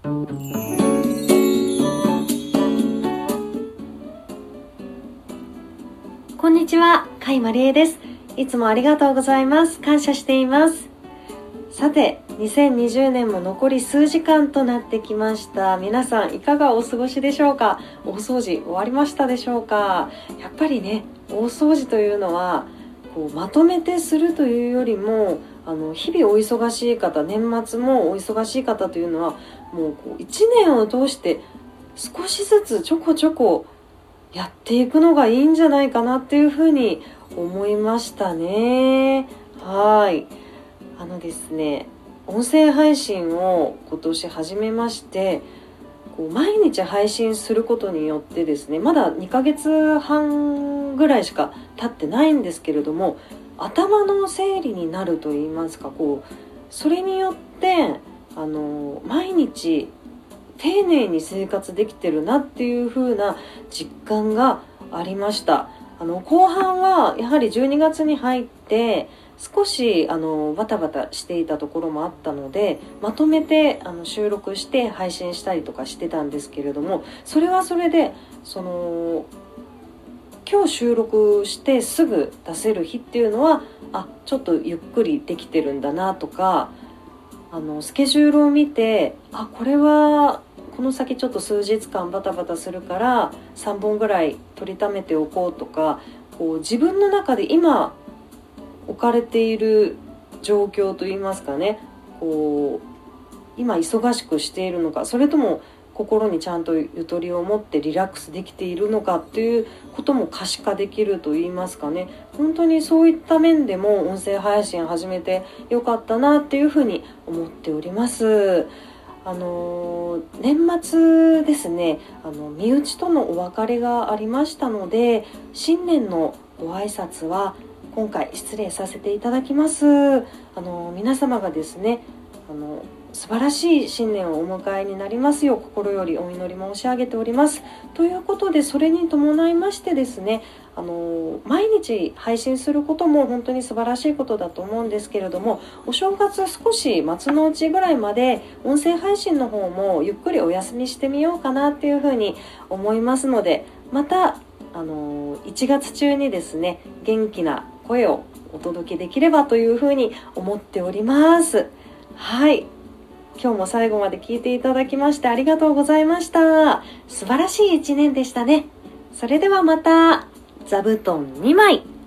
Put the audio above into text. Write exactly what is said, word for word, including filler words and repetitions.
こんにちは、甲斐まりえです。いつもありがとうございます。感謝しています。さて、にせんにじゅうねんも残り数時間となってきました。皆さんいかがお過ごしでしょうか？大掃除終わりましたでしょうか？やっぱりね、大掃除というのはこうまとめてするというよりも、あの日々お忙しい方、年末もお忙しい方というのはもうこういちねんを通して少しずつちょこちょこやっていくのがいいんじゃないかなっていうふうに思いましたね。はい。あのですね、音声配信を今年始めまして、こう毎日配信することによってですね、まだにかげつはんぐらいしか経ってないんですけれども、頭の整理になると言いますか、こうそれによってあの毎日丁寧に生活できてるなっていう風な実感がありました。あの後半はやはりじゅうにがつに入って少しあのバタバタしていたところもあったので、まとめてあの収録して配信したりとかしてたんですけれども、それはそれでその今日収録してすぐ出せる日っていうのはあちょっとゆっくりできてるんだなとか、あのスケジュールを見てあこれはこの先ちょっと数日間バタバタするからさんぼんぐらい取りためておこうとか、こう自分の中で今置かれている状況といいますかね、こう今忙しくしているのか、それとも心にちゃんとゆとりを持ってリラックスできているのかっていうことも可視化できるといいますかね、本当にそういった面でも音声配信始めてよかったなっていうふうに思っております。あの年末ですね、あの身内とのお別れがありましたので、新年のご挨拶は今回失礼させていただきます。あの皆様がですね、あの素晴らしい新年をお迎えになりますよう心よりお祈り申し上げております。ということで、それに伴いましてですね、あの毎日配信することも本当に素晴らしいことだと思うんですけれども、お正月少し松の内ぐらいまで音声配信の方もゆっくりお休みしてみようかなっていうふうに思いますので、またあのいちがつ中にですね、元気な声をお届けできればというふうに思っております。はい、今日も最後まで聞いていただきましてありがとうございました。素晴らしい一年でしたね。それではまた。座布団にまい。